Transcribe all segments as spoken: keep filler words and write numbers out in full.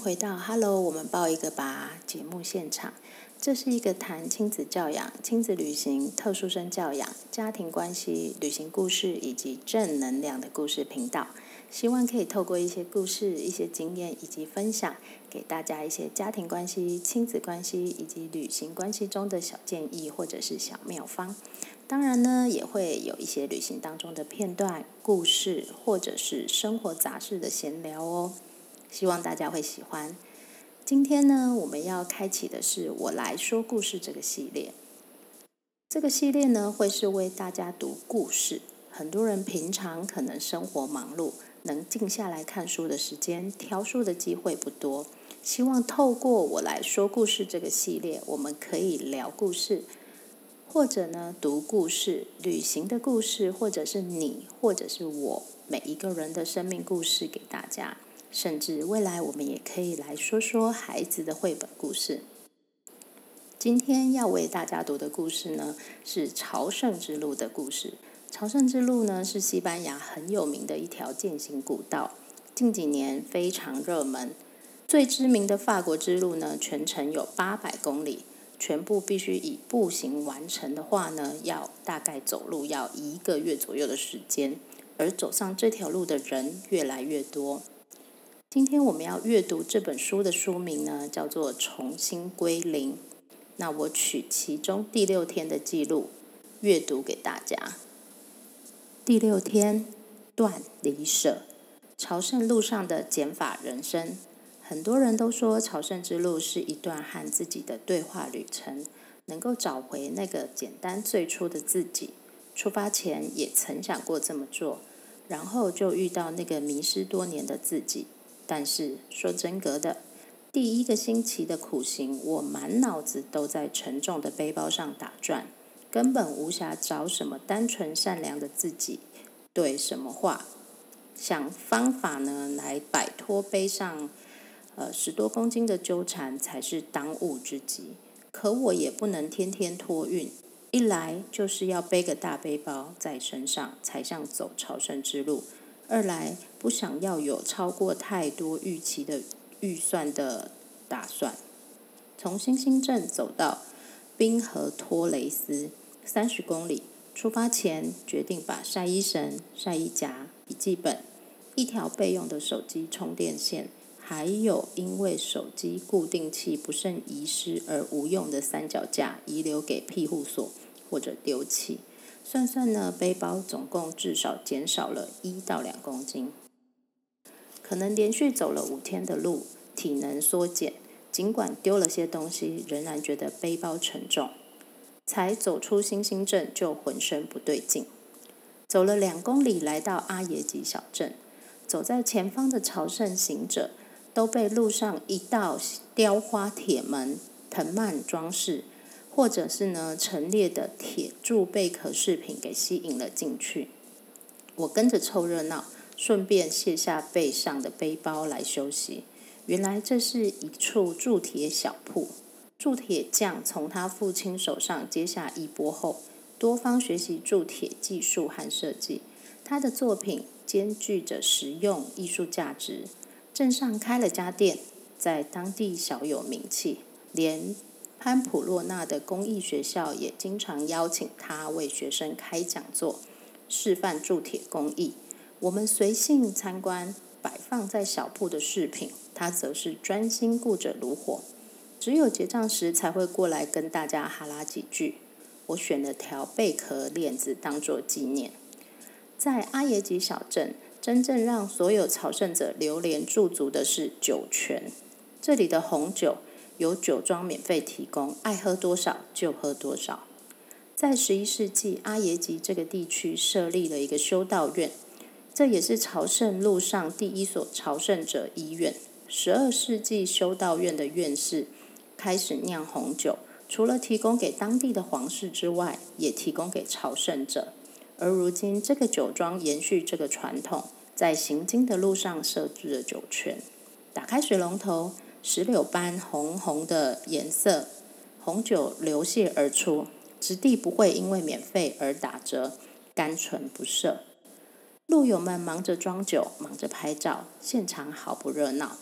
回到 Hello 我们报一个吧节目现场。这是一个谈亲子教养、亲子旅行、特殊生教养、家庭关系、旅行故事以及正能量的故事频道。希望可以透过一些故事、一些经验以及分享，给大家一些家庭关系、亲子关系以及旅行关系中的小建议或者是小妙方。当然呢，也会有一些旅行当中的片段、故事或者是生活杂事的闲聊哦。希望大家会喜欢。今天呢，我们要开启的是我来说故事这个系列。这个系列呢，会是为大家读故事。很多人平常可能生活忙碌，能静下来看书的时间，挑书的机会不多。希望透过我来说故事这个系列，我们可以聊故事，或者呢读故事、旅行的故事，或者是你，或者是我，每一个人的生命故事给大家。甚至未来我们也可以来说说孩子的绘本故事。今天要为大家读的故事呢，是朝圣之路的故事。朝圣之路呢，是西班牙很有名的一条健行古道，近几年非常热门。最知名的法国之路呢，全程有八百公里，全部必须以步行完成的话呢，要大概走路要一个月左右的时间，而走上这条路的人越来越多。今天我们要阅读这本书的书名呢，叫做《重新归零》。那我取其中第六天的记录，阅读给大家。第六天，断离舍，朝圣路上的减法人生。很多人都说，朝圣之路是一段和自己的对话旅程，能够找回那个简单最初的自己。出发前也曾想过这么做，然后就遇到那个迷失多年的自己。但是说真格的，第一个星期的苦行，我满脑子都在沉重的背包上打转，根本无暇找什么单纯善良的自己对什么话，想方法呢来摆脱背上呃十多公斤的纠缠才是当务之急。可我也不能天天托运，一来就是要背个大背包在身上才像走朝圣之路，二来不想要有超过太多预期的预算的打算。从星星镇走到冰河托雷斯三十公里，出发前决定把晒衣绳、晒衣夹、笔记本、一条备用的手机充电线，还有因为手机固定器不慎遗失而无用的三脚架遗留给庇护所或者丢弃。算算呢，背包总共至少减少了一到两公斤。可能连续走了五天的路，体能缩减，尽管丢了些东西，仍然觉得背包沉重。才走出星星镇就浑身不对劲。走了两公里，来到阿耶吉小镇，走在前方的朝圣行者都被路上一道雕花铁门、藤蔓装饰，或者是呢陈列的铁柱贝壳饰品给吸引了进去。我跟着凑热闹，顺便卸下背上的背包来休息。原来这是一处铸铁小铺，铸铁匠从他父亲手上接下衣钵后，多方学习铸铁技术和设计。他的作品兼具着实用艺术价值。镇上开了家店，在当地小有名气，连潘普洛纳的工艺学校也经常邀请他为学生开讲座，示范铸铁工艺。我们随性参观摆放在小铺的饰品，他则是专心顾着炉火，只有结账时才会过来跟大家哈拉几句。我选了条贝壳链子当作纪念。在阿耶吉小镇，真正让所有朝圣者流连驻足的是酒泉。这里的红酒有酒庄免费提供，爱喝多少就喝多少。在十一世纪，阿耶吉这个地区设立了一个修道院，这也是朝圣路上第一所朝圣者医院。十二世纪，修道院的院士开始酿红酒，除了提供给当地的皇室之外，也提供给朝圣者。而如今，这个酒庄延续这个传统，在行经的路上设置了酒泉。打开水龙头，石榴般红红的颜色，红酒流泻而出，质地不会因为免费而打折，甘醇不涩。路友们忙着装酒，忙着拍照，现场好不热闹。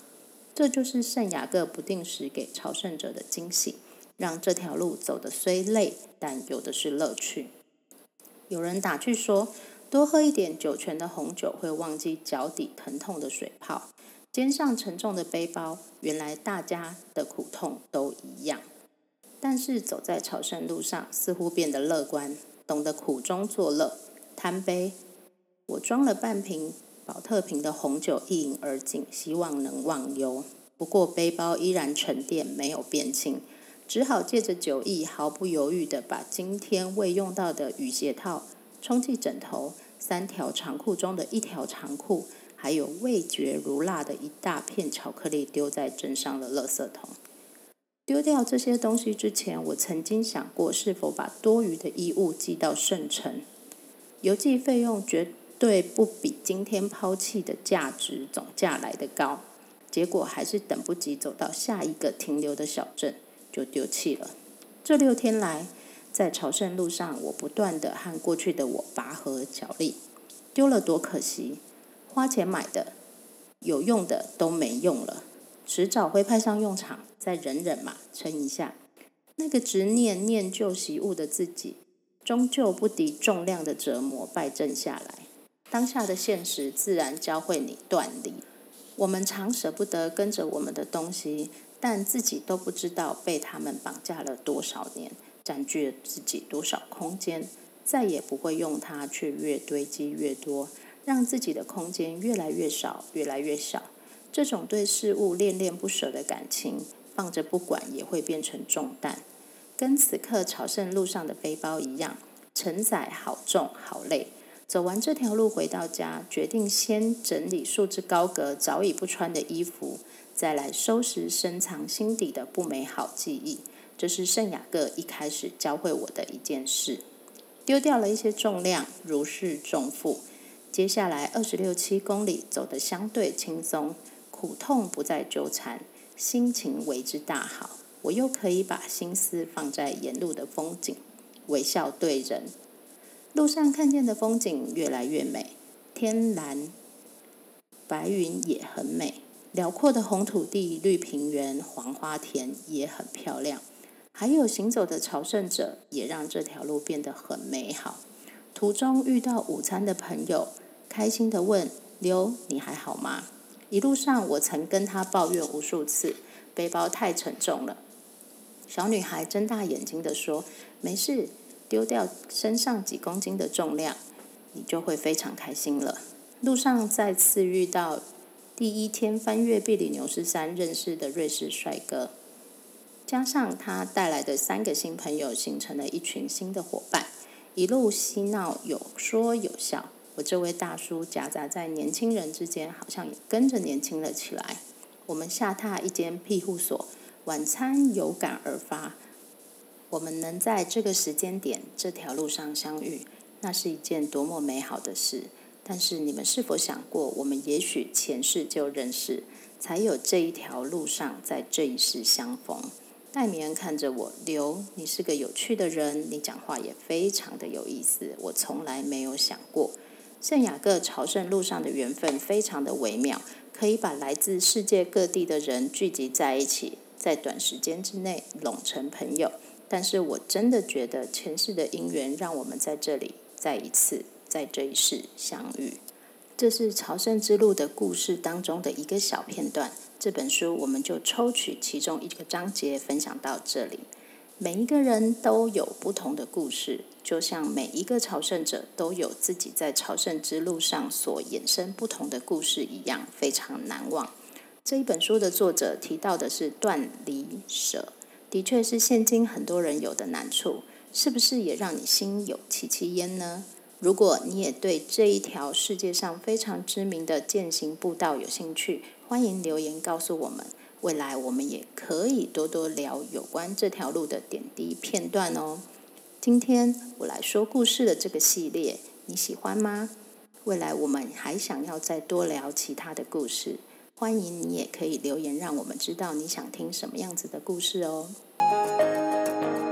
这就是圣雅各不定时给朝圣者的惊喜，让这条路走得虽累，但有的是乐趣。有人打趣说，多喝一点酒泉的红酒会忘记脚底疼痛的水泡。肩上沉重的背包，原来大家的苦痛都一样。但是走在朝圣路上，似乎变得乐观，懂得苦中作乐。贪杯，我装了半瓶宝特瓶的红酒一饮而尽，希望能忘忧。不过背包依然沉淀，没有变轻，只好借着酒意，毫不犹豫地把今天未用到的雨鞋套、充气枕头、三条长裤中的一条长裤，还有味觉如蜡的一大片巧克力丢在镇上的垃圾桶。丢掉这些东西之前，我曾经想过是否把多余的衣物寄到圣城。邮寄费用绝对不比今天抛弃的价值总价来得高，结果还是等不及走到下一个停留的小镇，就丢弃了。这六天来，在朝圣路上，我不断地和过去的我拔河角力。丢了多可惜，花钱买的有用的都没用了，迟早会派上用场，再忍忍嘛，撑一下。那个执念念旧习物的自己，终究不敌重量的折磨败阵下来。当下的现实自然教会你断离。我们常舍不得跟着我们的东西，但自己都不知道被他们绑架了多少年，占据了自己多少空间，再也不会用它，却越堆积越多，让自己的空间越来越少，越来越小。这种对事物恋恋不舍的感情，放着不管也会变成重担，跟此刻朝圣路上的背包一样，承载好重好累。走完这条路回到家，决定先整理束之高阁早已不穿的衣服，再来收拾深藏心底的不美好记忆。这是圣雅各一开始教会我的一件事。丢掉了一些重量，如释重负。接下来二十六七公里走得相对轻松，苦痛不再纠缠，心情为之大好。我又可以把心思放在沿路的风景，微笑对人。路上看见的风景越来越美，天蓝，白云也很美，辽阔的红土地、绿平原、黄花田也很漂亮。还有行走的朝圣者，也让这条路变得很美好。途中遇到午餐的朋友，开心地问：“刘，你还好吗？”一路上我曾跟他抱怨无数次，背包太沉重了。小女孩睁大眼睛地说：“没事，丢掉身上几公斤的重量，你就会非常开心了。”路上再次遇到第一天翻越比里牛斯山认识的瑞士帅哥，加上他带来的三个新朋友，形成了一群新的伙伴，一路嬉闹，有说有笑。我这位大叔夹杂在年轻人之间，好像也跟着年轻了起来。我们下榻一间庇护所，晚餐有感而发。我们能在这个时间点、这条路上相遇，那是一件多么美好的事。但是你们是否想过，我们也许前世就认识，才有这一条路上在这一世相逢。戴米恩看着我，刘，你是个有趣的人，你讲话也非常的有意思，我从来没有想过。圣雅各朝圣路上的缘分非常的微妙，可以把来自世界各地的人聚集在一起，在短时间之内拢成朋友。但是我真的觉得前世的因缘让我们在这里再一次在这一世相遇。这是朝圣之路的故事当中的一个小片段，这本书我们就抽取其中一个章节分享到这里。每一个人都有不同的故事，就像每一个朝圣者都有自己在朝圣之路上所衍生不同的故事一样，非常难忘。这一本书的作者提到的是断离舍，的确是现今很多人有的难处，是不是也让你心有戚戚焉呢？如果你也对这一条世界上非常知名的健行步道有兴趣，欢迎留言告诉我们。未来我们也可以多多聊有关这条路的点滴片段哦。今天我来说故事的这个系列，你喜欢吗？未来我们还想要再多聊其他的故事，欢迎你也可以留言让我们知道你想听什么样子的故事哦。